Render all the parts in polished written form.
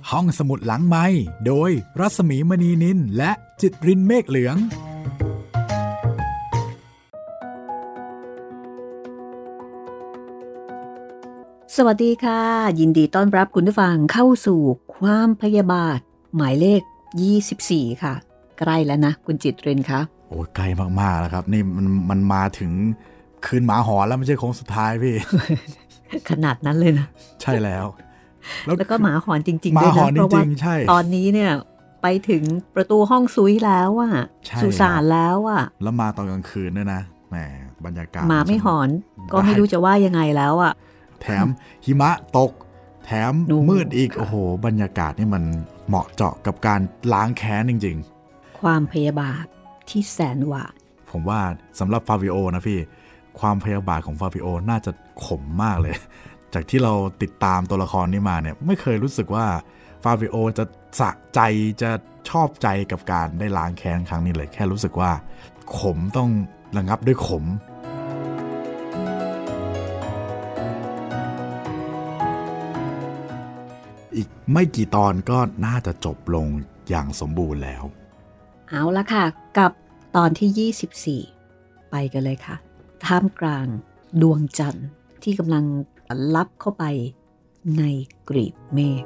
ห้องสมุดหลังไมค์โดยรัศมีมณีนินและจิตรินเมฆเหลืองสวัสดีค่ะยินดีต้อนรับคุณผู้ฟังเข้าสู่ความพยาบาทหมายเลข24ค่ะใกล้แล้วนะคุณจิตรินคะโอ้ใกล้มากๆแล้วครับนี่มันมาถึงคืนหมาหอนแล้วไม่ใช่โค้งสุดท้ายพี่ขนาดนั้นเลยนะใช่แล้วแล้วก็หมาหอนจริงๆด้วยนะเพราะว่าตอนนี้เนี่ยไปถึงประตูห้องซุยแล้วอะสุสานแล้วอะแล้วมาตอนกลางคืนด้วยนะแหมบรรยากาศหมาไม่หอนก็ไม่รู้จะว่ายังไงแล้วอะแถมหิมะตกแถมมืดอีกโอ้โหบรรยากาศนี่มันเหมาะเจาะกับการล้างแค้นจริงๆความพยาบาทที่แสนหวานผมว่าสำหรับฟาบิโอนะพี่ความพยาบาทของฟาบิโอน่าจะขมมากเลยจากที่เราติดตามตัวละครนี้มาเนี่ยไม่เคยรู้สึกว่าฟาบิโอจะสะใจจะชอบใจกับการได้ล้างแค้นครั้งนี้เลยแค่รู้สึกว่าขมต้องระงับด้วยขมอีกไม่กี่ตอนก็น่าจะจบลงอย่างสมบูรณ์แล้วเอาละค่ะกับตอนที่24ไปกันเลยค่ะท่ามกลางดวงจันทร์ที่กำลังลับเข้าไปในกลีบเมฆ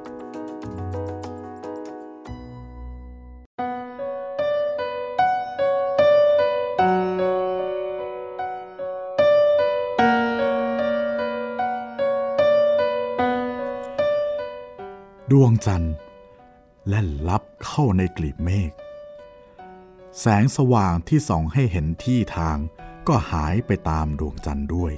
ดวงจันทร์แล่นลับเข้าในกลีบเมฆแสงสว่างที่ส่องให้เห็นที่ทางก็หายไปตามดวงจันทร์ด้วย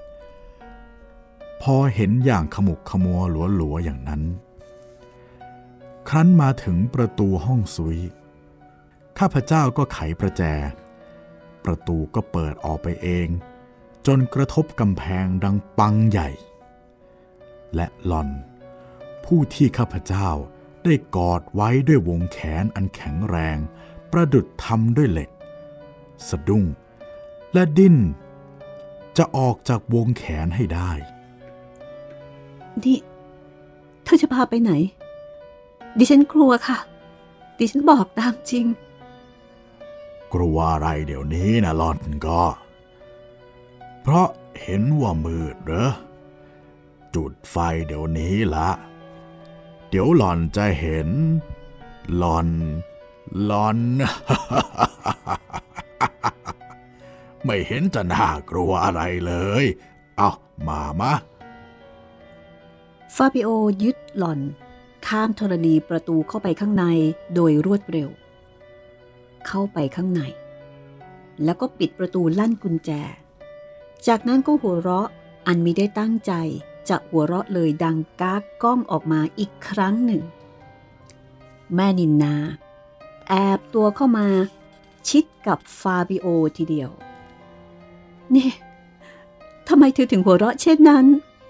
พอเห็นอย่างขมุกขมัวหลัวๆอย่างนั้นครั้นมาถึงประตูห้องซุยข้าพเจ้าก็ไขประแจประตูก็เปิดออกไปเองจนกระทบกำแพงดังปังใหญ่และหล่อนผู้ที่ข้าพเจ้าได้กอดไว้ด้วยวงแขนอันแข็งแรงประดุจทำด้วยเหล็กสะดุ้งและดิ้นจะออกจากวงแขนให้ได้นี่เธอจะพาไปไหนดิฉันกลัวค่ะดิฉันบอกตามจริงกลัวอะไรเดี๋ยวนี้นะหล่อนก็เพราะเห็นว่ามืดเหรอจุดไฟเดี๋ยวนี้ละเดี๋ยวหล่อนจะเห็นหล่อน ไม่เห็นจะน่ากลัวอะไรเลยเอามาฟาบิโอยึดหล่อนข้ามธรณีประตูเข้าไปข้างในโดยรวดเร็วเข้าไปข้างในแล้วก็ปิดประตูลั่นกุญแจจากนั้นก็หัวเราะอันมิได้ตั้งใจจะหัวเราะเลยดังก้ากก้องออกมาอีกครั้งหนึ่งแม่นินนาแอบตัวเข้ามาชิดกับฟาบิโอทีเดียวนี่ทำไมเธอถึงหัวเราะเช่นนั้น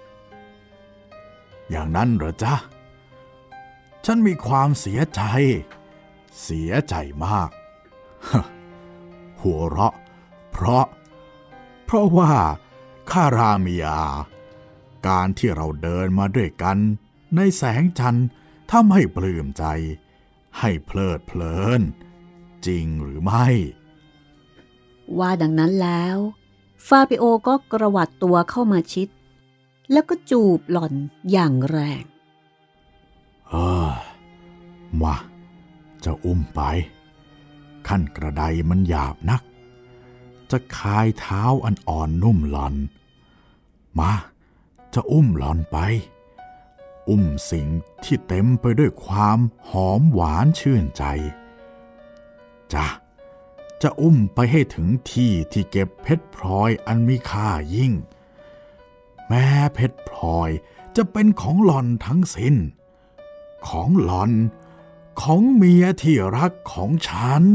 อย่างนั้นเหรอจ๊ะฉันมีความเสียใจมาก หัวเราะเพราะว่าข้ารามียาการที่เราเดินมาด้วยกันในแสงจันทร์ทำให้ปลื้มใจให้เพลิดเพลินจริงหรือไม่ว่าดังนั้นแล้วฟาบิโอก็กระวัดตัวเข้ามาชิดแล้วก็จูบหล่อนอย่างแรงมาจะอุ้มไปขั้นกระไดมันหยาบนักจะคายเท้าอันอ่อนนุ่มหล่อนมาจะอุ้มหล่อนไปอุ้มสิ่งที่เต็มไปด้วยความหอมหวานชื่นใจจะอุ้มไปให้ถึงที่ที่เก็บเพชรพลอยอันมีค่ายิ่งแม้เพชรพลอยจะเป็นของหล่อนทั้งสิ้นของหล่อนของเมียที่รักของฉัน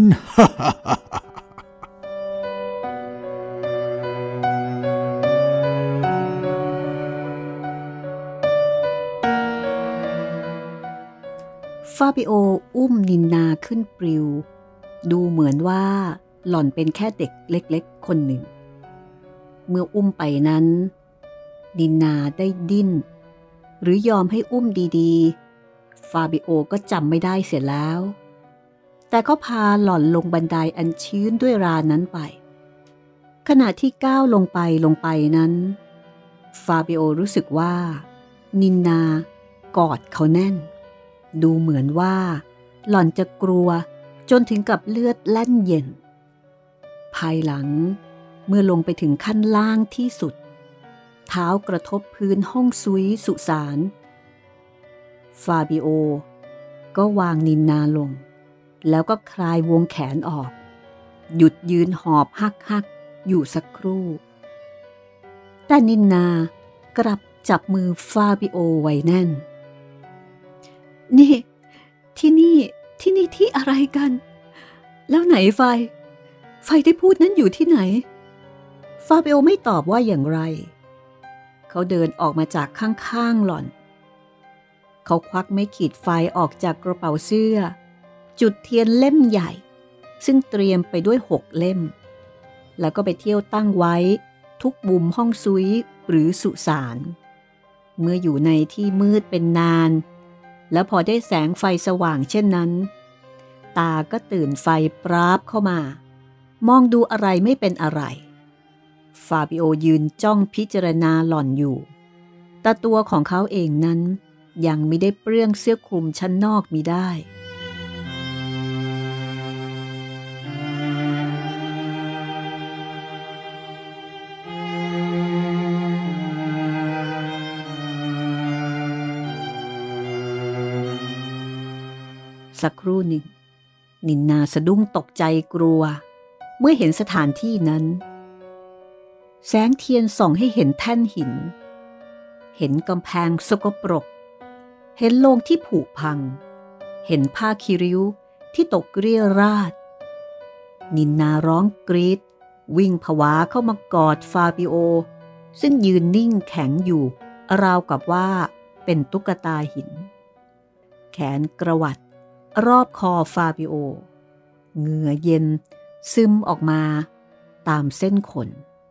ฟาบิโออุ้มนินนาขึ้นปลิวดูเหมือนว่าหล่อนเป็นแค่เด็กเล็กๆคนหนึ่งเมื่ออุ้มไปนั้น นินนาได้ดิ้นหรือยอมให้อุ้มดีๆฟาบิโอก็จำไม่ได้เสียแล้วแต่ก็พาหล่อนลงบันไดอันชื้นด้วยรานั้นไปขณะที่ก้าวลงไปนั้นฟาบิโอรู้สึกว่านินนากอดเขาแน่นดูเหมือนว่าหล่อนจะกลัวจนถึงกับเลือดแล่นเย็นภายหลังเมื่อลงไปถึงขั้นล่างที่สุดเท้ากระทบพื้นห้องซุยสุสานฟาบิโอก็วางนินนาลงแล้วก็คลายวงแขนออกหยุดยืนหอบฮักอยู่สักครู่แต่นินนากลับจับมือฟาบิโอไว้แน่นนี่ที่นี่ที่อะไรกันแล้วไหนไฟที่พูดนั้นอยู่ที่ไหนฟาบิโอไม่ตอบว่าอย่างไรเขาเดินออกมาจากข้างๆหล่อนเขาควักไม้ขีดไฟออกจากกระเป๋าเสื้อจุดเทียนเล่มใหญ่ซึ่งเตรียมไปด้วย6 เล่มแล้วก็ไปเที่ยวตั้งไว้ทุกมุมห้องซุยหรือสุสานเมื่ออยู่ในที่มืดเป็นนานแล้วพอได้แสงไฟสว่างเช่นนั้นตาก็ตื่นไฟปราบเข้ามามองดูอะไรไม่เป็นอะไรฟาบิโอยืนจ้องพิจารณาหล่อนอยู่แต่ตัวของเขาเองนั้นยังไม่ได้เปลื้องเสื้อคลุมชั้นนอกมิได้สักครู่หนึ่งนินนาสะดุ้งตกใจกลัวเมื่อเห็นสถานที่นั้นแสงเทียนส่องให้เห็นแท่นหินเห็นกำแพงสกปรกเห็นโลงที่ผุพังเห็นผ้าคีริ้วที่ตกเกรี่ยราดนินนาร้องกรีดวิ่งผวาเข้ามากอดฟาบิโอซึ่งยืนนิ่งแข็งอยู่ราวกับว่าเป็นตุ๊กตาหินแขนกระวัดรอบคอฟาบิโอเหงื่อเย็นซึมออกมาตามเส้นขน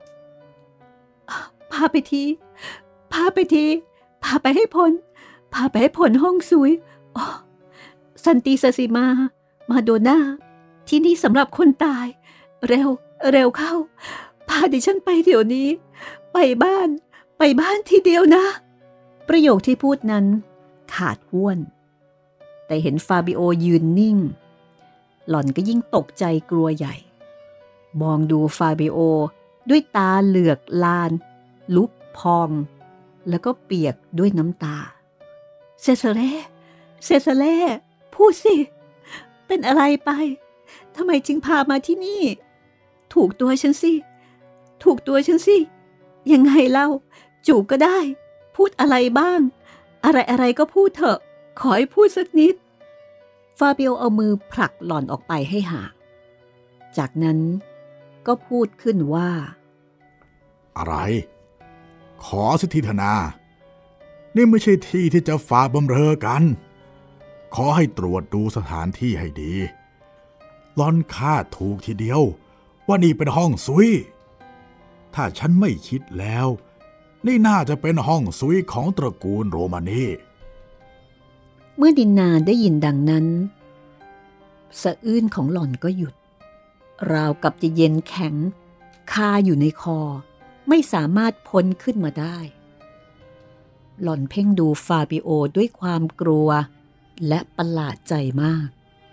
พาไปทีพาไปให้พ้นห้องซุยสันติสสิมาโดน่าที่นี่สำหรับคนตายเร็วเข้าพาดิฉันไปเดี๋ยวนี้ไปบ้านทีเดียวนะประโยคที่พูดนั้นขาดห้วนแต่เห็นฟาบิโอยืนนิ่งหล่อนก็ยิ่งตกใจกลัวใหญ่มองดูฟาบิโอด้วยตาเหลือกลานลุกพองแล้วก็เปียกด้วยน้ำตาเซซาเล่พูดสิเป็นอะไรไปทำไมจึงพามาที่นี่ถูกตัวฉันสิยังไงเล่าจูบก็ได้พูดอะไรบ้างอะไรก็พูดเถอะขอให้พูดสักนิดฟาบิโอเอามือผลักหล่อนออกไปให้ห่างจากนั้นก็พูดขึ้นว่าอะไรขอสิทีเถอะนานี่ไม่ใช่ที่ที่จะฝากบำเรอกันขอให้ตรวจดูสถานที่ให้ดีหล่อนคาดถูกทีเดียวว่านี่เป็นห้องซุยถ้าฉันไม่คิดแล้วนี่น่าจะเป็นห้องซุยของตระกูลโรมานีเมื่อดินนาได้ยินดังนั้นสะอื้นของหล่อนก็หยุดราวกับจะเย็นแข็งคาอยู่ในคอไม่สามารถพ้นขึ้นมาได้หล่อนเพ่งดูฟาบิโอด้วยความกลัวและประหลาดใจมาก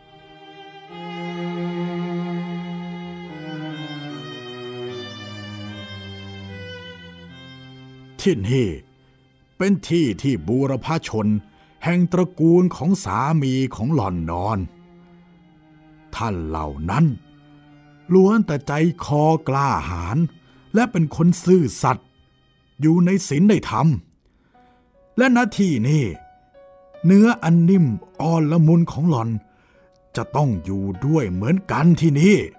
ที่นี่เป็นที่ที่บูรพชนแห่งตระกูลของสามีของหล่อนนอนท่านเหล่านั้นล้วนแต่ใจคอกล้าหาญและเป็นคนซื่อสัตย์อยู่ในศีลในธรรมและณที่นี้เนื้ออันนิ่มอ่อนละมุนของหล่อนจะต้องอยู่ด้วยเหมือนกันที่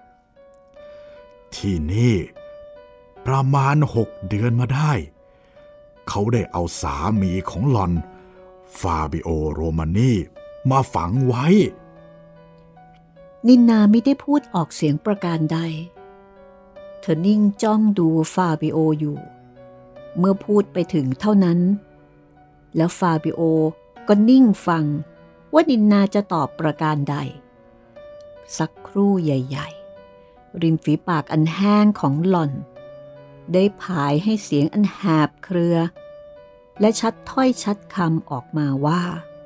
นี่ประมาณ6 เดือนมาได้เขาได้เอาสามีของหล่อนฟาบิโอโรมานีมาฝังไว้นินนาไม่ได้พูดออกเสียงประการใดเธอนิ่งจ้องดูฟาบิโออยู่เมื่อพูดไปถึงเท่านั้นแล้วฟาบิโอก็นิ่งฟังว่านินนาจะตอบประการใดสักครู่ใหญ่ๆริมฝีปากอันแห้งของหล่อนได้ผายให้เสียงอันแหบเครือและชัดถ้อยชัดคำออกมาว่า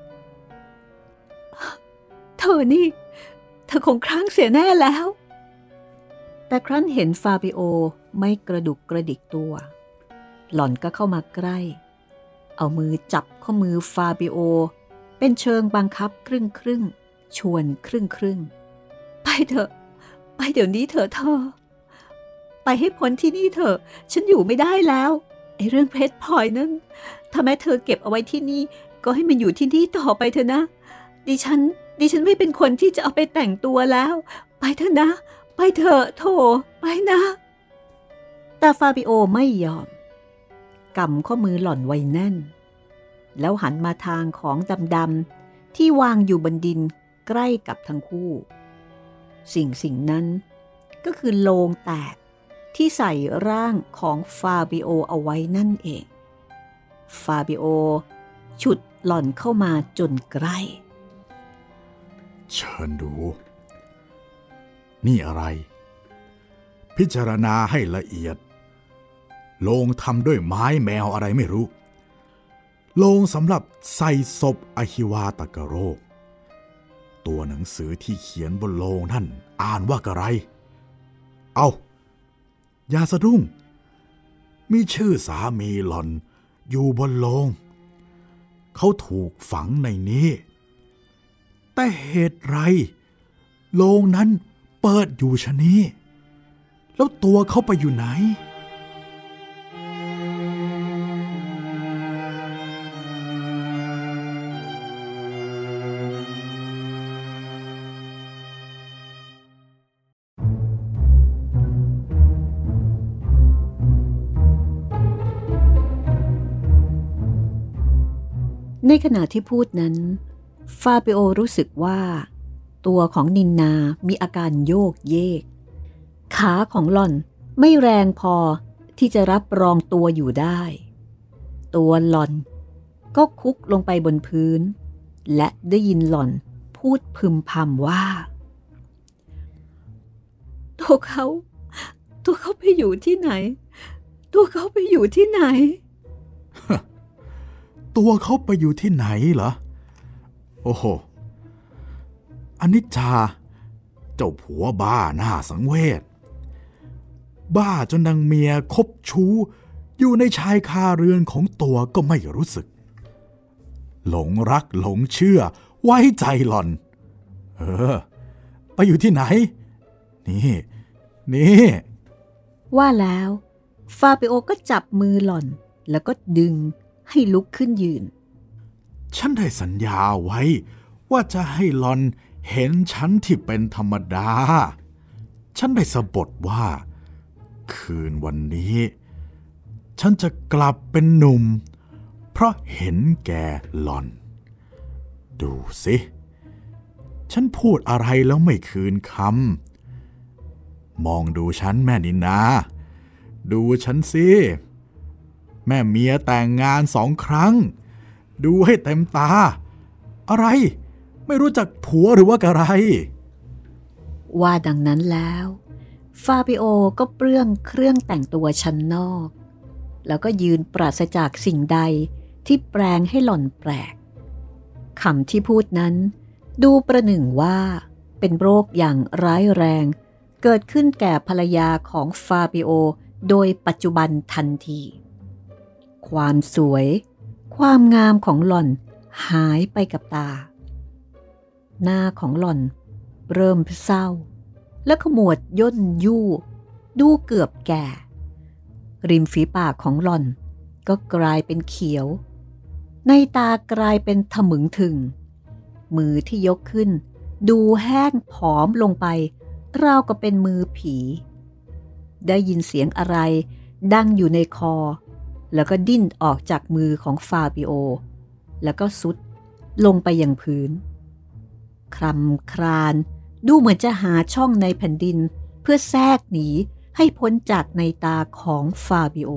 เธอคงครั้งเสียแน่แล้วแต่ครั้นเห็นฟาบิโอไม่กระดุกกระดิกตัวหล่อนก็เข้ามาใกล้เอามือจับข้อมือฟาบิโอเป็นเชิงบังคับครึ่งชวนครึ่งไปเถอะไปเดี๋ยวนี้เถอะเธอไปให้พ้นที่นี่เถอะฉันอยู่ไม่ได้แล้วไอ้เรื่องเพชรพลอยนั้นถ้าแม้เธอเก็บเอาไว้ที่นี่ก็ให้มันอยู่ที่นี่ต่อไปเถอะนะดิฉันไม่เป็นคนที่จะเอาไปแต่งตัวแล้วไปเถอะนะไปเถอะโถไปนะแต่ฟาบิโอไม่ยอมกำข้อมือหล่อนไว้แน่นแล้วหันมาทางของดำๆที่วางอยู่บนดินใกล้กับทั้งคู่สิ่งนั้นก็คือโลงแตกที่ใส่ร่างของฟาบิโอเอาไว้นั่นเองฟาบิโอฉุดหล่อนเข้ามาจนใกล้เชิญดูนี่อะไรพิจารณาให้ละเอียดโลงทำด้วยไม้แมวอะไรไม่รู้โลงสำหรับใส่ศพอหิวาตกโรคตัวหนังสือที่เขียนบนโลงนั่นอ่านว่ากะไรเอาอย่าสะดุ้งมีชื่อสามีหล่อนอยู่บนโลงเขาถูกฝังในนี้แต่เหตุไรโลงนั้นเปิดอยู่ชะนี้แล้วตัวเขาไปอยู่ไหนในขณะที่พูดนั้นฟาบิโอรู้สึกว่าตัวของนินนามีอาการโยกเยกขาของหล่อนไม่แรงพอที่จะรับรองตัวอยู่ได้ตัวหล่อนก็คุกลงไปบนพื้นและได้ยินหล่อนพูดพึมพำว่าตัวเขาไปอยู่ที่ไหนตัวเขาไปอยู่ที่ไหนตัวเขาไปอยู่ที่ไหนเหรอโอ้โหอนิจจาเจ้าผัวบ้าหน้าสังเวชบ้าจนนางเมียคบชู้อยู่ในชายคาเรือนของตัวก็ไม่รู้สึกหลงรักหลงเชื่อไว้ใจหล่อนไปอยู่ที่ไหนนี่ว่าแล้วฟาบิโอก็จับมือหล่อนแล้วก็ดึงให้ลุกขึ้นยืนฉันได้สัญญาไว้ว่าจะให้หล่อนเห็นฉันที่เป็นธรรมดาฉันได้สะบทว่าคืนวันนี้ฉันจะกลับเป็นหนุ่มเพราะเห็นแก่หล่อนดูสิฉันพูดอะไรแล้วไม่คืนคำมองดูฉันแม่นินนาดูฉันสิแม่เมียแต่งงาน2 ครั้งดูให้เต็มตาอะไรไม่รู้จักผัวหรือว่ากะไรว่าดังนั้นแล้วฟาบิโอก็เปลื้องเครื่องแต่งตัวชั้นนอกแล้วก็ยืนปราศจากสิ่งใดที่แปลงให้หล่อนแปลกคำที่พูดนั้นดูประหนึ่งว่าเป็นโรคอย่างร้ายแรงเกิดขึ้นแก่ภรรยาของฟาบิโอโดยปัจจุบันทันทีความสวยความงามของหล่อนหายไปกับตาหน้าของหล่อนเริ่มเศร้าและขมวดย่นยู่ดูเกือบแก่ริมฝีปากของหล่อนก็กลายเป็นเขียวในตากลายเป็นถมึงถึงมือที่ยกขึ้นดูแห้งผอมลงไปราวกับเป็นมือผีได้ยินเสียงอะไรดังอยู่ในคอแล้วก็ดิ้นออกจากมือของฟาบิโอแล้วก็ซุดลงไปยังพื้นคลำคลานดูเหมือนจะหาช่องในแผ่นดินเพื่อแทรกหนีให้พ้นจากในตาของฟาบิโอ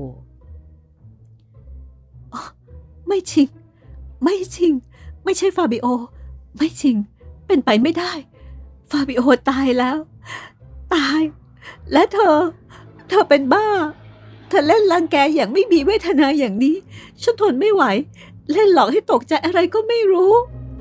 ไม่จริงไม่ใช่ฟาบิโอไม่จริงเป็นไปไม่ได้ฟาบิโอตายแล้วตายและเธอเป็นบ้าเธอเล่นรังแกอย่างไม่มีเวทนาอย่างนี้ฉันทนไม่ไหวเล่นหลอกให้ตกใจอะไรก็ไม่รู้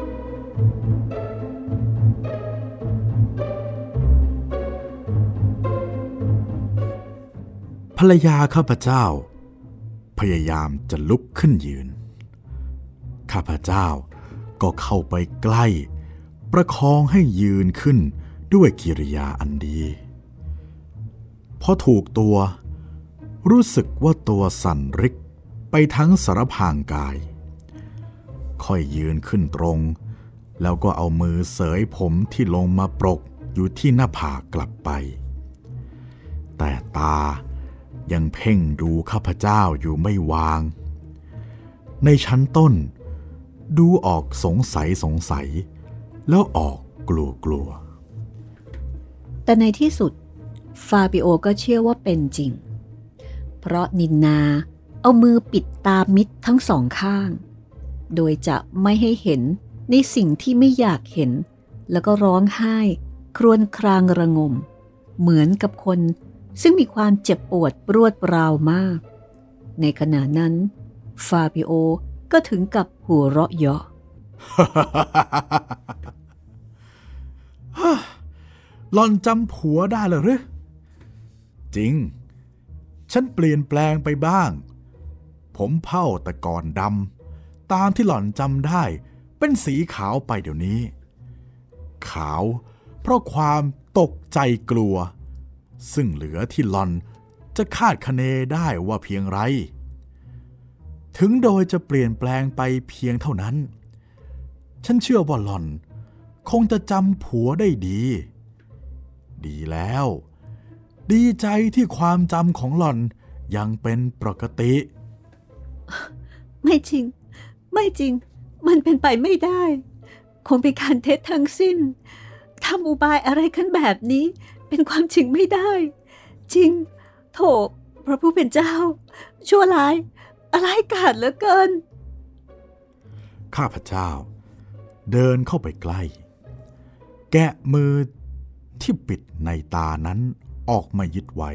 ภรรยาข้าพเจ้าพยายามจะลุกขึ้นยืนข้าพเจ้าก็เข้าไปใกล้ประคองให้ยืนขึ้นด้วยกิริยาอันดีพอถูกตัวรู้สึกว่าตัวสั่นริกไปทั้งสารพางกายค่อยยืนขึ้นตรงแล้วก็เอามือเสยผมที่ลงมาปรกอยู่ที่หน้าผากกลับไปแต่ตายังเพ่งดูข้าพเจ้าอยู่ไม่วางในชั้นต้นดูออกสงสัยแล้วออกกลัวแต่ในที่สุดฟาบิโอก็เชื่อว่าเป็นจริงเพราะนินนาเอามือปิดตามิดทั้งสองข้างโดยจะไม่ให้เห็นในสิ่งที่ไม่อยากเห็นแล้วก็ร้องไห้ครวญครางระงมเหมือนกับคนซึ่งมีความเจ็บปวดรวดราวมากในขณะนั้นฟาบิโอก็ถึงกับหัวเราะเยาะหล่อนจำผัวได้หรือจริงฉันเปลี่ยนแปลงไปบ้างผมเผ่าแต่ก่อนดำตามที่หล่อนจำได้เป็นสีขาวไปเดี๋ยวนี้ขาวเพราะความตกใจกลัวซึ่งเหลือที่หล่อนจะคาดคะเนได้ว่าเพียงไรถึงโดยจะเปลี่ยนแปลงไปเพียงเท่านั้นฉันเชื่อว่าหล่อนคงจะจำผัวได้ดีแล้วดีใจที่ความจำของหล่อนยังเป็นปกติไม่จริงมันเป็นไปไม่ได้คงเป็นการเท็จทั้งสิ้นทำอุบายอะไรกันแบบนี้เป็นความจริงไม่ได้จริงโถพระผู้เป็นเจ้าชั่วร้ายอะไรกาจเหลือเกินข้าพเจ้าเดินเข้าไปใกล้แกะมือที่ปิดในตานั้นออกมายึดไว้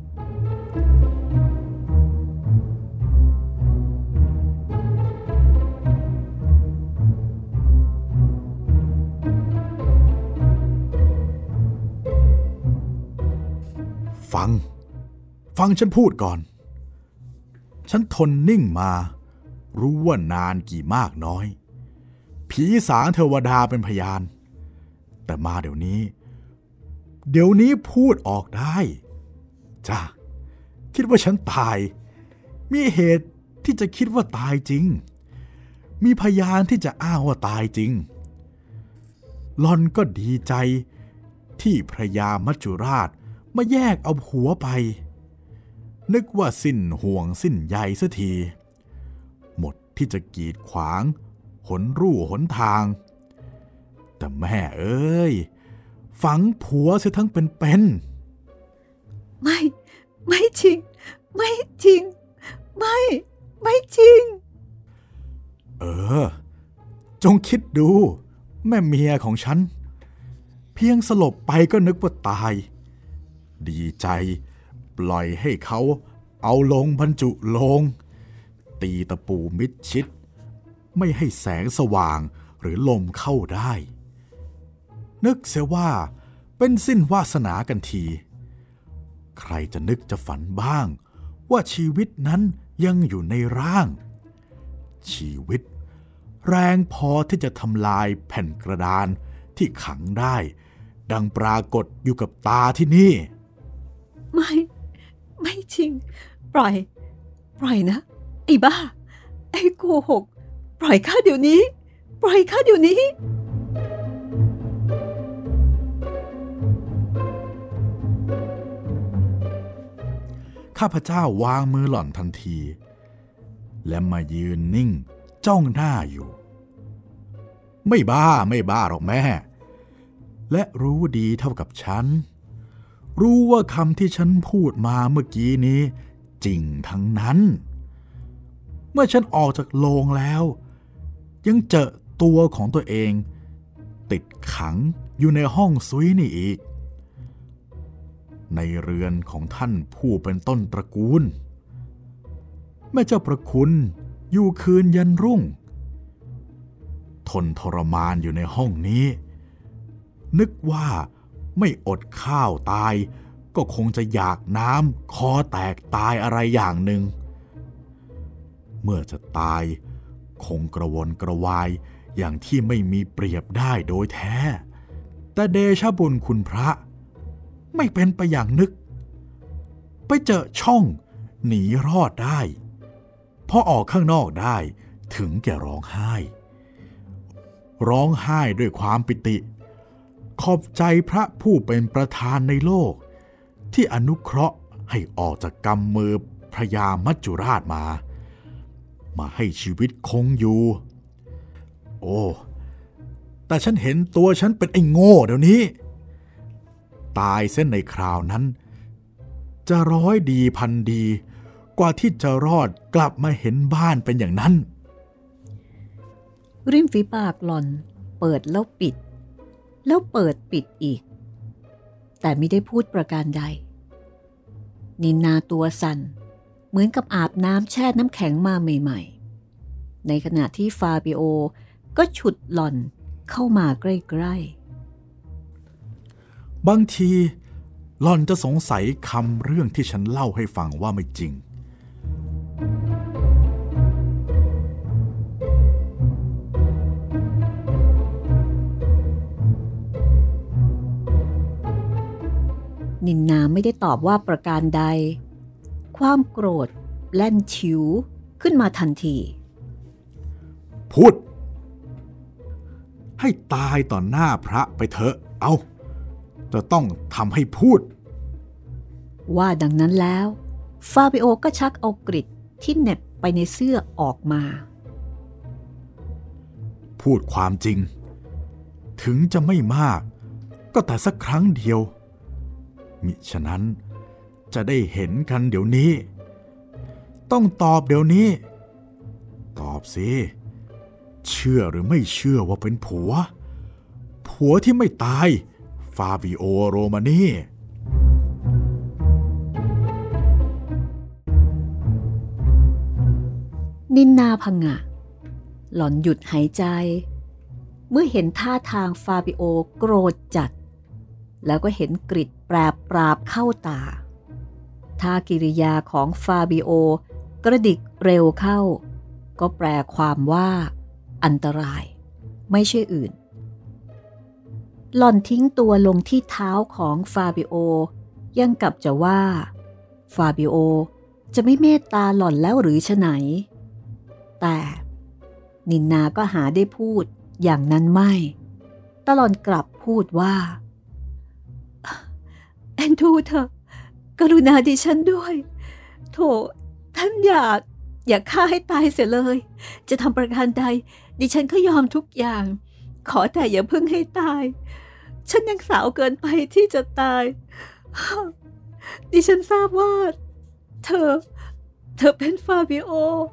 ฟังฉันพูดก่อนฉันทนนิ่งมารู้ว่านานกี่มากน้อยผีสางเทวดาเป็นพยานแต่มาเดี๋ยวนี้พูดออกได้จ้าคิดว่าฉันตายมีเหตุที่จะคิดว่าตายจริงมีพยานที่จะอ้างว่าตายจริงหล่อนก็ดีใจที่พระยามัจจุราชมาแยกเอาผัวไปนึกว่าสิ้นห่วงสิ้นใยเสียทีหมดที่จะกีดขวางหนรู่หนทางแต่แม่เอ้ยฝังผัวเสียทั้งเป็นไม่จริงไม่จริงจงคิดดูแม่เมียของฉันเพียงสลบไปก็นึกว่าตายดีใจปล่อยให้เขาเอาลงบรรจุลงตีตะปูมิดชิดไม่ให้แสงสว่างหรือลมเข้าได้นึกเสียว่าเป็นสิ้นวาสนากันทีใครจะนึกจะฝันบ้างว่าชีวิตนั้นยังอยู่ในร่างชีวิตแรงพอที่จะทำลายแผ่นกระดานที่ขังได้ดังปรากฏอยู่กับตาที่นี่ไม่จริงปล่อยนะไอ้บ้าไอ้โกหกปล่อยข้าเดี๋ยวนี้ข้าพเจ้าวางมือหล่อนทันทีและมายืนนิ่งจ้องหน้าอยู่ไม่บ้าหรอกแม่และรู้ดีเท่ากับฉันรู้ว่าคำที่ฉันพูดมาเมื่อกี้นี้จริงทั้งนั้นเมื่อฉันออกจากโรงแล้วยังเจอตัวของตัวเองติดขังอยู่ในห้องซุยนี่อีกในเรือนของท่านผู้เป็นต้นตระกูลแม่เจ้าประคุณอยู่คืนยันรุ่งทนทรมานอยู่ในห้องนี้นึกว่าไม่อดข้าวตายก็คงจะอยากน้ำคอแตกตายอะไรอย่างหนึ่งเมื่อจะตายคงกระวนกระวายอย่างที่ไม่มีเปรียบได้โดยแท้แต่เดชะบุญคุณพระไม่เป็นไปอย่างนึกไปเจอช่องหนีรอดได้พอออกข้างนอกได้ถึงแก่ร้องไห้ด้วยความปิติขอบใจพระผู้เป็นประธานในโลกที่อนุเคราะห์ให้ออกจากกำมือพระยามัจจุราชมาให้ชีวิตคงอยู่โอ้แต่ฉันเห็นตัวฉันเป็นไอ้โง่เดี๋ยวนี้ตายเส้นในคราวนั้นจะร้อยดีพันดีกว่าที่จะรอดกลับมาเห็นบ้านเป็นอย่างนั้นริมฝีปากหล่อนเปิดแล้วปิดแล้วเปิดปิดอีกแต่ไม่ได้พูดประการใดนินนาตัวสั่นเหมือนกับอาบน้ำแช่น้ำแข็งมาใหม่ๆในขณะที่ฟาบิโอก็ฉุดหล่อนเข้ามาใกล้ๆบางทีหล่อนจะสงสัยคำเรื่องที่ฉันเล่าให้ฟังว่าไม่จริงนินนาไม่ได้ตอบว่าประการใดความโกรธแล่นฉิวขึ้นมาทันทีพูดให้ตายต่อหน้าพระไปเถอะเอาจะต้องทำให้พูดว่าดังนั้นแล้วฟาบิโอก็ชักเอากริดที่เหน็บไปในเสื้อออกมาพูดความจริงถึงจะไม่มากก็แต่สักครั้งเดียวมิฉะนั้นจะได้เห็นกันเดี๋ยวนี้ต้องตอบเดี๋ยวนี้ตอบสิเชื่อหรือไม่เชื่อว่าเป็นผัวที่ไม่ตายฟาบิโอโรมานีนินนาพังงะหล่อนหยุดหายใจเมื่อเห็นท่าทางฟาบิโอโกรธจัดแล้วก็เห็นกริดแปรปราบเข้าตาท่ากิริยาของฟาบิโอกระดิกเร็วเข้าก็แปลความว่าอันตรายไม่ใช่อื่นหล่อนทิ้งตัวลงที่เท้าของฟาบิโอยังกับจะว่าฟาบิโอจะไม่เมตตาหล่อนแล้วหรือฉะไหนแต่นินนาก็หาได้พูดอย่างนั้นไม่ตลอดกลับพูดว่าแอนดูเถอะกรุณาดิฉันด้วยโถท่านอย่าฆ่าให้ตายเสียเลยจะทำประการใดดิฉันก็ยอมทุกอย่างขอแต่อย่าเพิ่งให้ตายฉันยังสาวเกินไปที่จะตายดิฉันทราบว่าเธอเป็นฟาบิโอ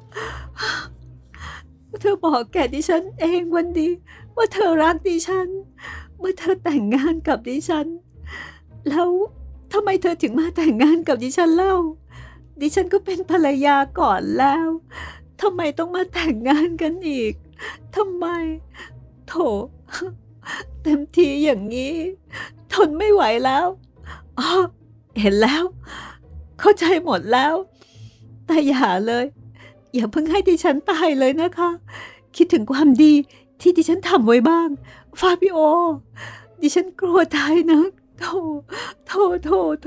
เธอบอกแก่ดิฉันเองวันดีว่าเธอรักดิฉันเมื่อเธอแต่งงานกับดิฉันแล้วทำไมเธอถึงมาแต่งงานกับดิฉันเล่าดิฉันก็เป็นภรรยาก่อนแล้วทำไมต้องมาแต่งงานกันอีกทำไมโถเต็มทีอย่างนี้ทนไม่ไหวแล้วอ๋อเห็นแล้วเข้าใจหมดแล้วแต่อย่าเลยอย่าเพิ่งให้ดิฉันตายเลยนะคะคิดถึงความดีที่ดิฉันทำไว้บ้างฟาบิโอดิฉันกลัวตายนะโถ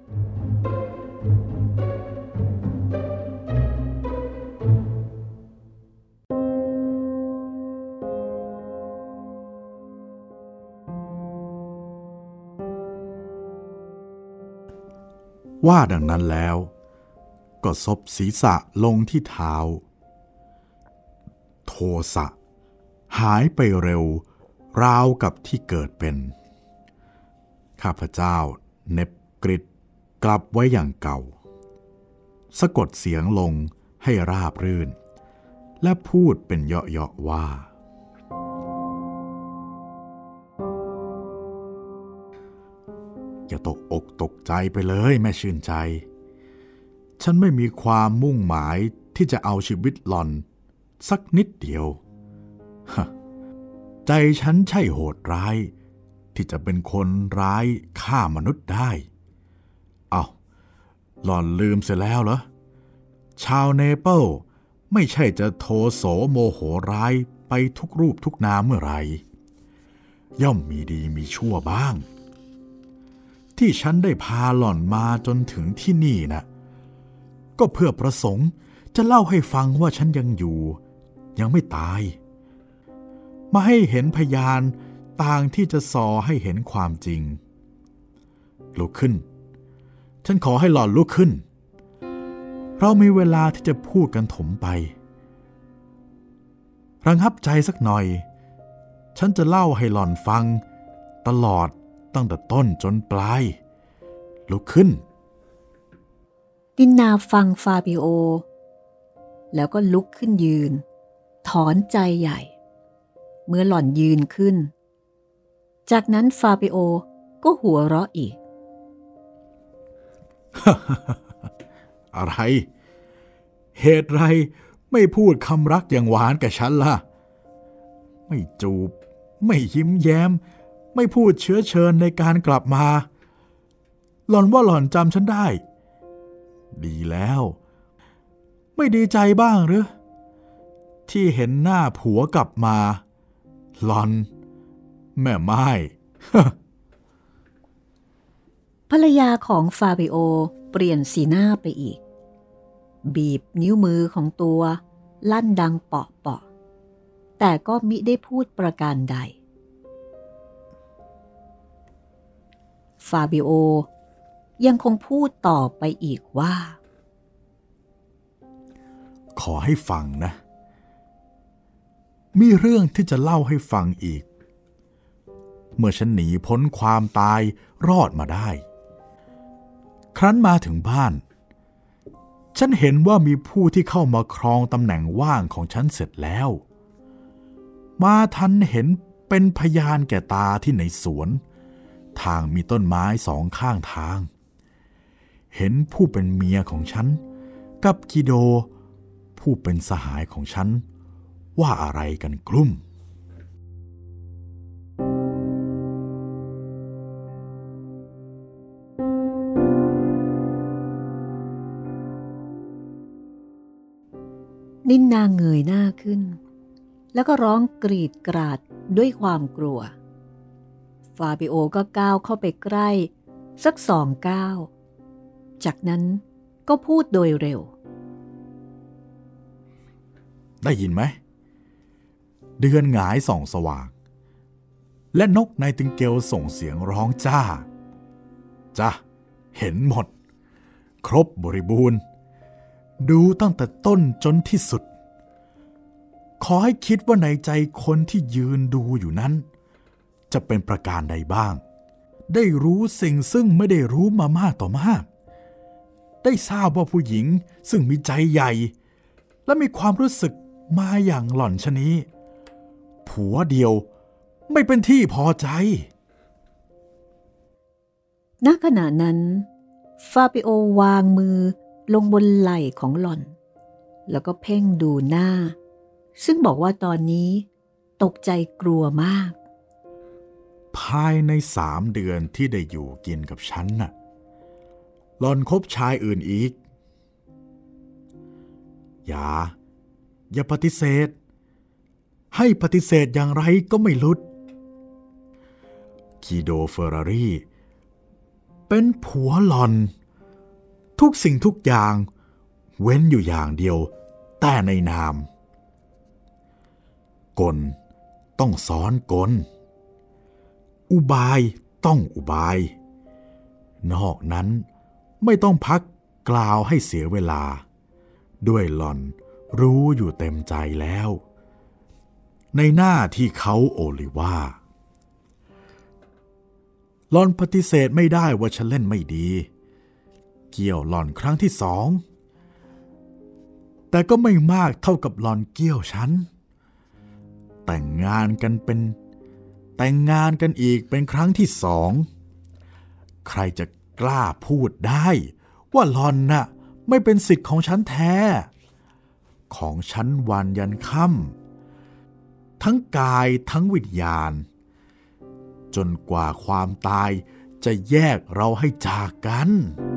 ว่าดังนั้นแล้วก็ซบศีรษะลงที่เท้าโทสะหายไปเร็วราวกับที่เกิดเป็นข้าพเจ้าเน็บกริดกลับไว้อย่างเก่าสะกดเสียงลงให้ราบรื่นและพูดเป็นเหยาะๆว่าอย่าตกอกตกใจไปเลยแม่ชื่นใจฉันไม่มีความมุ่งหมายที่จะเอาชีวิตหล่อนสักนิดเดียวใจฉันใช่โหดร้ายที่จะเป็นคนร้ายฆ่ามนุษย์ได้หล่อนลืมเสียแล้วเหรอชาวเนเปิลไม่ใช่จะโทโสโมโหร้ายไปทุกรูปทุกนามเมื่อไหร่ย่อมมีดีมีชั่วบ้างที่ฉันได้พาหล่อนมาจนถึงที่นี่นะก็เพื่อประสงค์จะเล่าให้ฟังว่าฉันยังอยู่ยังไม่ตายมาให้เห็นพยานต่างที่จะส่อให้เห็นความจริงลุกขึ้นฉันขอให้หล่อนลุกขึ้นเรามีเวลาที่จะพูดกันถมไประงับใจสักหน่อยฉันจะเล่าให้หล่อนฟังตลอดตั้งแต่ต้นจนปลายลุกขึ้นตินาฟังฟาบิโอแล้วก็ลุกขึ้นยืนถอนใจใหญ่เมื่อหล่อนยืนขึ้นจากนั้นฟาบิโอก็หัวเราะอีกอะไรเหตุไรไม่พูดคำรักอย่างหวานกับฉันล่ะไม่จูบไม่ยิ้มแย้มไม่พูดเชื้อเชิญในการกลับมาหล่อนว่าหล่อนจำฉันได้ดีแล้วไม่ดีใจบ้างหรือที่เห็นหน้าผัวกลับมาหล่อนแม่ไม้ภรรยาของฟาบิโอเปลี่ยนสีหน้าไปอีกบีบนิ้วมือของตัวลั่นดังเปาะๆแต่ก็มิได้พูดประการใดฟาบิโอยังคงพูดต่อไปอีกว่าขอให้ฟังนะมีเรื่องที่จะเล่าให้ฟังอีกเมื่อฉันหนีพ้นความตายรอดมาได้ครั้นมาถึงบ้านฉันเห็นว่ามีผู้ที่เข้ามาครองตำแหน่งว่างของฉันเสร็จแล้วมาทันเห็นเป็นพยานแก่ตาที่ในสวนทางมีต้นไม้สองข้างทางเห็นผู้เป็นเมียของฉันกับกิโดผู้เป็นสหายของฉันว่าอะไรกันกลุ่มนินนางเงยหน้าขึ้นแล้วก็ร้องกรีดกราดด้วยความกลัวฟาบิโอก็ก้าวเข้าไปใกล้สัก2 ก้าวจากนั้นก็พูดโดยเร็วได้ยินไหมเดือนหงายส่องสว่างและนกไนติงเกลส่งเสียงร้องจ้าเห็นหมดครบบริบูรณ์ดูตั้งแต่ต้นจนที่สุดขอให้คิดว่าในใจคนที่ยืนดูอยู่นั้นจะเป็นประการใดบ้างได้รู้สิ่งซึ่งไม่ได้รู้มามากต่อมากได้ทราบว่าผู้หญิงซึ่งมีใจใหญ่และมีความรู้สึกมาอย่างหล่อนชะนี้ผัวเดียวไม่เป็นที่พอใจณขณะนั้นฟาบิโอวางมือลงบนไหล่ของหล่อนแล้วก็เพ่งดูหน้าซึ่งบอกว่าตอนนี้ตกใจกลัวมากภายใน3 เดือนที่ได้อยู่กินกับฉันน่ะหล่อนคบชายอื่นอีกอย่าปฏิเสธให้ปฏิเสธอย่างไรก็ไม่ลุดกิโดเฟอร์รารี่เป็นผัวหล่อนทุกสิ่งทุกอย่างเว้นอยู่อย่างเดียวแต่ในนามกลต้องซ้อนกลอุบายต้องอุบายนอกนั้นไม่ต้องพักกล่าวให้เสียเวลาด้วยหล่อนรู้อยู่เต็มใจแล้วในหน้าที่เขาโอลิว่าหล่อนปฏิเสธไม่ได้ว่าฉันเล่นไม่ดีเกี่ยวหล่อนครั้งที่2แต่ก็ไม่มากเท่ากับหล่อนเกี่ยวฉันแต่งงานกันอีกเป็นครั้งที่ใครจะกล้าพูดได้ว่าหล่อนน่ะไม่เป็นสิทธิ์ของฉันแท้ของฉันวันยันค่ำทั้งกายทั้งวิญญาณจนกว่าความตายจะแยกเราให้จากกัน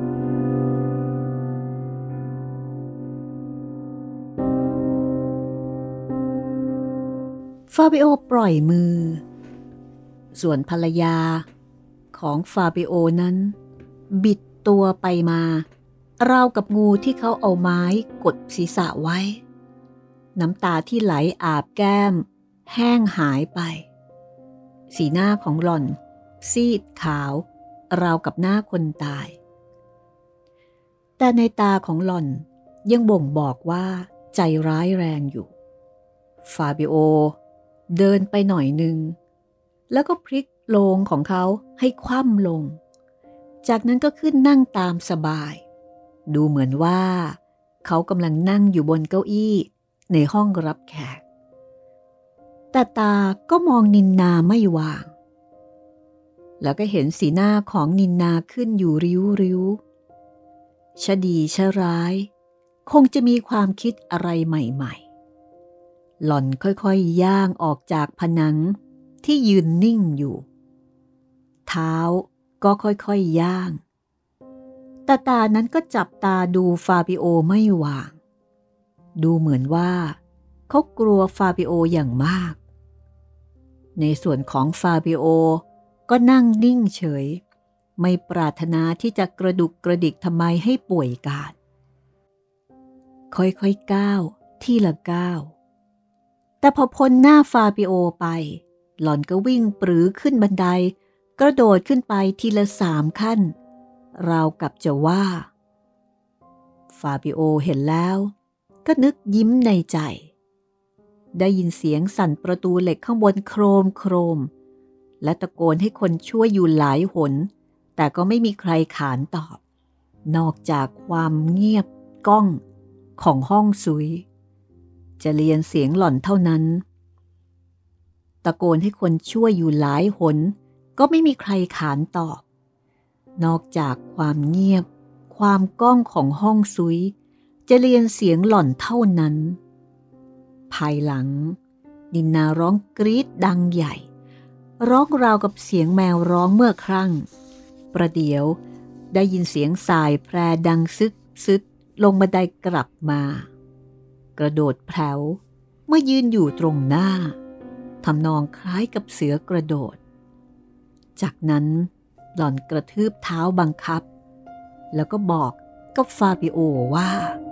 ฟาบิโอปล่อยมือส่วนภรรยาของฟาบิโอนั้นบิดตัวไปมาราวกับงูที่เขาเอาไม้กดศีรษะไว้น้ำตาที่ไหลอาบแก้มแห้งหายไปสีหน้าของหล่อนซีดขาวราวกับหน้าคนตายแต่ในตาของหล่อนยังบ่งบอกว่าใจร้ายแรงอยู่ฟาบิโอเดินไปหน่อยนึงแล้วก็พลิกโลงของเขาให้คว่ำลงจากนั้นก็ขึ้นนั่งตามสบายดูเหมือนว่าเขากำลังนั่งอยู่บนเก้าอี้ในห้องรับแขกแต่ตาก็มองนินนาไม่วางแล้วก็เห็นสีหน้าของนินนาขึ้นอยู่ริ้วๆชะดีชะร้ายคงจะมีความคิดอะไรใหม่ๆหล่อนค่อยๆย่างออกจากผนังที่ยืนนิ่งอยู่เท้าก็ค่อยๆย่างแต่ตานั้นก็จับตาดูฟาบิโอไม่วางดูเหมือนว่าเขากลัวฟาบิโออย่างมากในส่วนของฟาบิโอก็นั่งนิ่งเฉยไม่ปรารถนาที่จะกระดุกกระดิกทำไมให้ป่วยกาดค่อยๆก้าวทีละก้าวแต่พอพ้นหน้าฟาบิโอไปหล่อนก็วิ่งปรือขึ้นบันไดกระโดดขึ้นไปทีละ3 ขั้นราวกับจะว่าฟาบิโอเห็นแล้วก็นึกยิ้มในใจได้ยินเสียงสั่นประตูเหล็กข้างบนโครมโครมและตะโกนให้คนช่วยอยู่หลายหนแต่ก็ไม่มีใครขานตอบนอกจากความเงียบก้องของห้องซุยจะเรียนเสียงหล่อนเท่านั้นตะโกนให้คนช่วยอยู่หลายหนก็ไม่มีใครขานตอบนอกจากความเงียบความก้องของห้องซุยจะเรียนเสียงหล่อนเท่านั้นภายหลังนินนาร้องกรี๊ดดังใหญ่ร้องราวกับเสียงแมวร้องเมื่อครั้งประเดี๋ยวได้ยินเสียงสายแพรดังซึกซึดลงบันไดกลับมากระโดดแผลวเมื่อยืนอยู่ตรงหน้าทำนองคล้ายกับเสือกระโดดจากนั้นหล่อนกระทืบเท้าบังคับแล้วก็บอกกับฟาบิโอว่า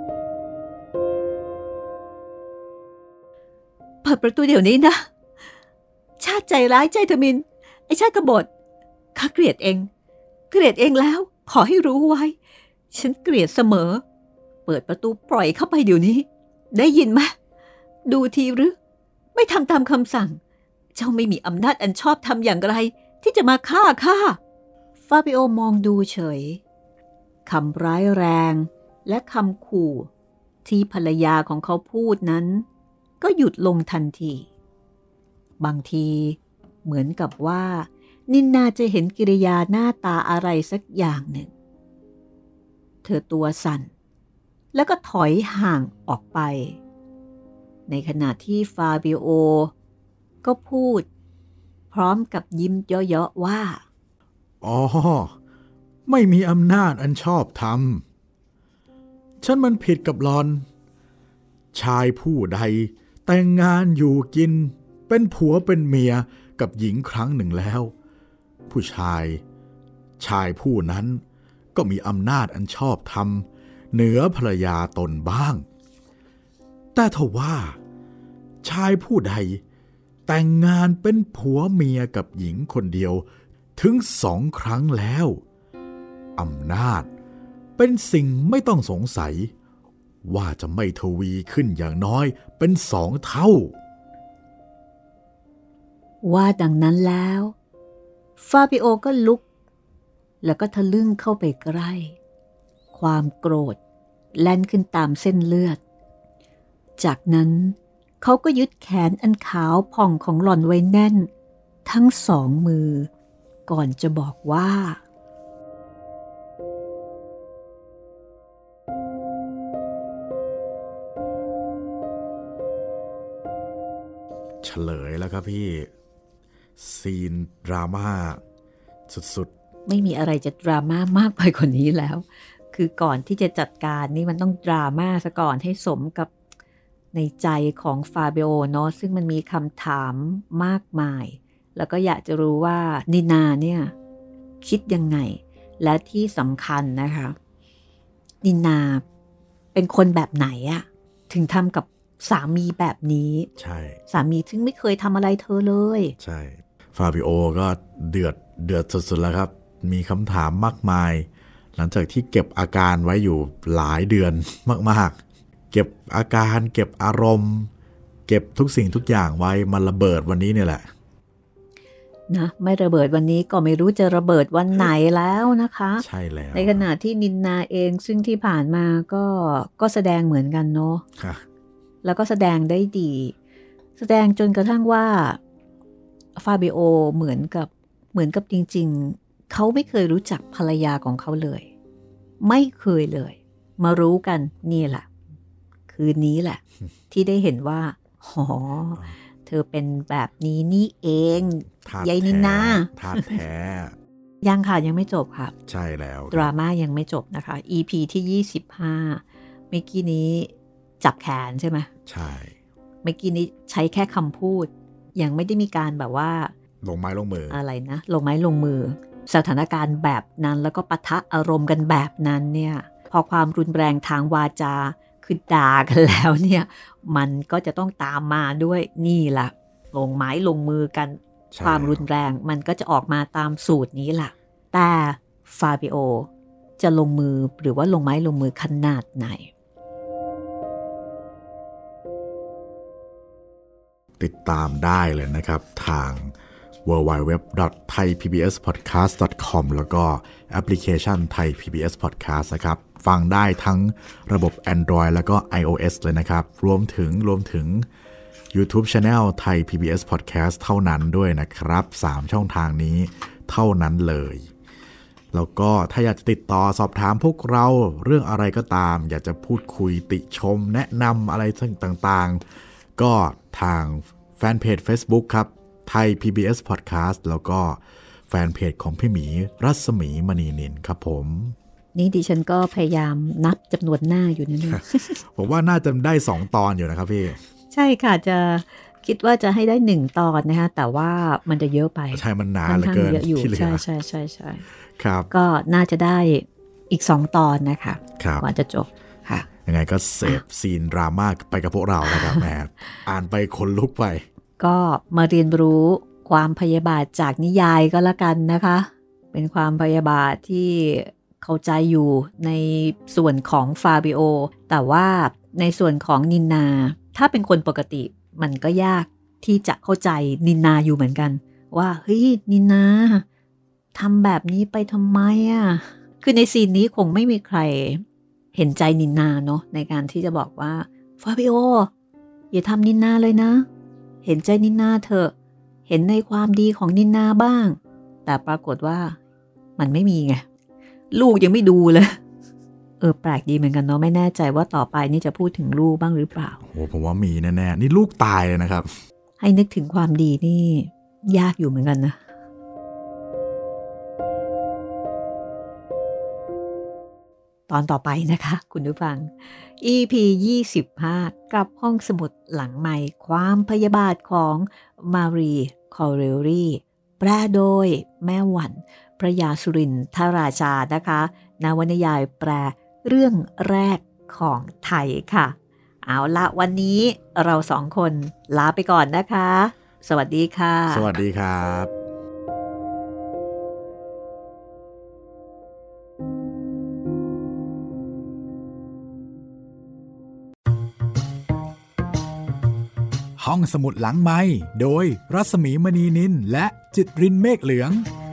เปิดประตูเดี๋ยวนี้นะชาติใจร้ายใจทมิฬไอ้ชาติกบฏข้าเกลียดเองแล้วขอให้รู้ไว้ฉันเกลียดเสมอเปิดประตูปล่อยเข้าไปเดี๋ยวนี้ได้ยินไหมดูทีหรือไม่ทำตามคำสั่งเจ้าไม่มีอำนาจอันชอบทำอย่างไรที่จะมาฆ่าข้าฟาบิโอมองดูเฉยคำร้ายแรงและคำขู่ที่ภรรยาของเขาพูดนั้นก็หยุดลงทันทีบางทีเหมือนกับว่านินนาจะเห็นกิริยาหน้าตาอะไรสักอย่างหนึ่งเธอตัวสั่นแล้วก็ถอยห่างออกไปในขณะที่ฟาบิโอก็พูดพร้อมกับยิ้มเยาะๆว่าอ๋อไม่มีอำนาจอันชอบธรรมฉันมันผิดกับหลอนชายผู้ใดแต่งงานอยู่กินเป็นผัวเป็นเมียกับหญิงครั้งหนึ่งแล้วผู้ชายผู้นั้นก็มีอำนาจอันชอบธรรมเหนือภรรยาตนบ้างแต่ทว่าชายผู้ใดแต่งงานเป็นผัวเมียกับหญิงคนเดียวถึง2 ครั้งแล้วอำนาจเป็นสิ่งไม่ต้องสงสัยว่าจะไม่ทวีขึ้นอย่างน้อยเป็น2 เท่าว่าดังนั้นแล้วฟาบิโอก็ลุกแล้วก็ทะลึ่งเข้าไปใกล้ความโกรธแล่นขึ้นตามเส้นเลือดจากนั้นเขาก็ยึดแขนอันขาวผ่องของหล่อนไว้แน่นทั้ง2 มือก่อนจะบอกว่าเฉลยแล้วครับพี่ซีนดราม่าสุดๆไม่มีอะไรจะดราม่ามากไปกว่านี้แล้วคือก่อนที่จะจัดการนี่มันต้องดราม่าซะก่อนให้สมกับในใจของฟาบิโอเนาะซึ่งมันมีคำถามมากมายแล้วก็อยากจะรู้ว่านินาเนี่ยคิดยังไงและที่สำคัญนะคะนินาเป็นคนแบบไหนอะถึงทำกับสามีแบบนี้ใช่สามีซึ่งไม่เคยทำอะไรเธอเลยใช่ฟาบิโอก็เดือดสุดๆแล้วครับมีคำถามมากมายหลังจากที่เก็บอาการไว้อยู่หลายเดือนมากๆเก็บอาการเก็บอารมณ์เก็บทุกสิ่งทุกอย่างไว้มันระเบิดวันนี้เนี่ยแหละนะไม่ระเบิดวันนี้ก็ไม่รู้จะระเบิดวันไหนแล้วนะคะใช่แล้วในขณะที่นินนาเองซึ่งที่ผ่านมาก็แสดงเหมือนกันเนาะแล้วก็แสดงได้ดีแสดงจนกระทั่งว่าฟาบิโอเหมือนกับจริงๆเขาไม่เคยรู้จักภรรยาของเขาเลยไม่เคยเลยมารู้กันนี่แหละคืนนี้แหละที่ได้เห็นว่าเธอเป็นแบบนี้นี่เองยายนินนาธาตุแท้ยังค่ะยังไม่จบค่ะใช่แล้วดราม่ายังไม่จบนะคะ EP ที่25เมื่อกี้นี้จับแขนใช่ไหมใช่เมื่อกี้นี้ใช้แค่คำพูดยังไม่ได้มีการแบบว่าลงไม้ลงมืออะไรนะลงไม้ลงมือสถานการณ์แบบนั้นแล้วก็ปะทะอารมณ์กันแบบนั้นเนี่ยพอความรุนแรงทางวาจาคือด่ากันแล้วเนี่ยมันก็จะต้องตามมาด้วยนี่แหละลงไม้ลงมือกันความรุนแรงมันก็จะออกมาตามสูตรนี้แหละแต่ฟาบิโอจะลงมือหรือว่าลงไม้ลงมือขนาดไหนติดตามได้เลยนะครับทาง www.thaipbspodcast.com แล้วก็แอปพลิเคชัน Thai PBS Podcast นะครับฟังได้ทั้งระบบ Android แล้วก็ iOS เลยนะครับรวมถึง YouTube Channel Thai PBS Podcast เท่านั้นด้วยนะครับ3ช่องทางนี้เท่านั้นเลยแล้วก็ถ้าอยากจะติดต่อสอบถามพวกเราเรื่องอะไรก็ตามอยากจะพูดคุยติชมแนะนำอะไรต่างๆก็ทางแฟนเพจ Facebook ครับ Thai PBS Podcast แล้วก็แฟนเพจของพี่หมีรัศมีมณีนินครับผมนี่ดิฉันก็พยายามนับจำนวนหน้าอยู่นั่นเองผมว่าน่าจะได้2ตอนอยู่นะครับพี่ใช่ค่ะจะคิดว่าจะให้ได้1ตอนนะคะแต่ว่ามันจะเยอะไปใช่มันนานเหลือเกินที่เหลือใช่ครับก็น่าจะได้อีก2ตอนนะคะกว่าจะจบค่ะยังไงก็เสพซีนดราม่าไปกับพวกเรานะครับแม่อ่านไปคนลุกไปก็มาเรียนรู้ความพยาบาทจากนิยายก็แล้วกันนะคะเป็นความพยาบาทที่เข้าใจอยู่ในส่วนของฟาบิโอแต่ว่าในส่วนของนินนาถ้าเป็นคนปกติมันก็ยากที่จะเข้าใจนินนาอยู่เหมือนกันว่าเฮ้ยนินนาทำแบบนี้ไปทำไมอ่ะคือในซีนนี้คงไม่มีใครเห็นใจนินนาเนาะในการที่จะบอกว่าฟาบิโออย่าทำนินนาเลยนะเห็นใจนินนาเถอะเห็นในความดีของนินนาบ้างแต่ปรากฏว่ามันไม่มีไงลูกยังไม่ดูเลยแปลกดีเหมือนกันเนาะไม่แน่ใจว่าต่อไปนี่จะพูดถึงลูกบ้างหรือเปล่าโอ้ผมว่ามีแน่ๆนี่ลูกตายเลยนะครับให้นึกถึงความดีนี่ยากอยู่เหมือนกันนะตอนต่อไปนะคะคุณผู้ฟัง EP 25กับห้องสมุดหลังใหม่ความพยาบาทของมารีคอเรลลี่แปลโดยแม่หวันพระยาสุรินทราชานะคะนวนิยายแปลเรื่องแรกของไทยค่ะเอาละวันนี้เรา2คนลาไปก่อนนะคะสวัสดีค่ะสวัสดีครับห้องสมุดหลังไมค์โดยรัศมีมณีนินและจิตรินเมฆเหลือง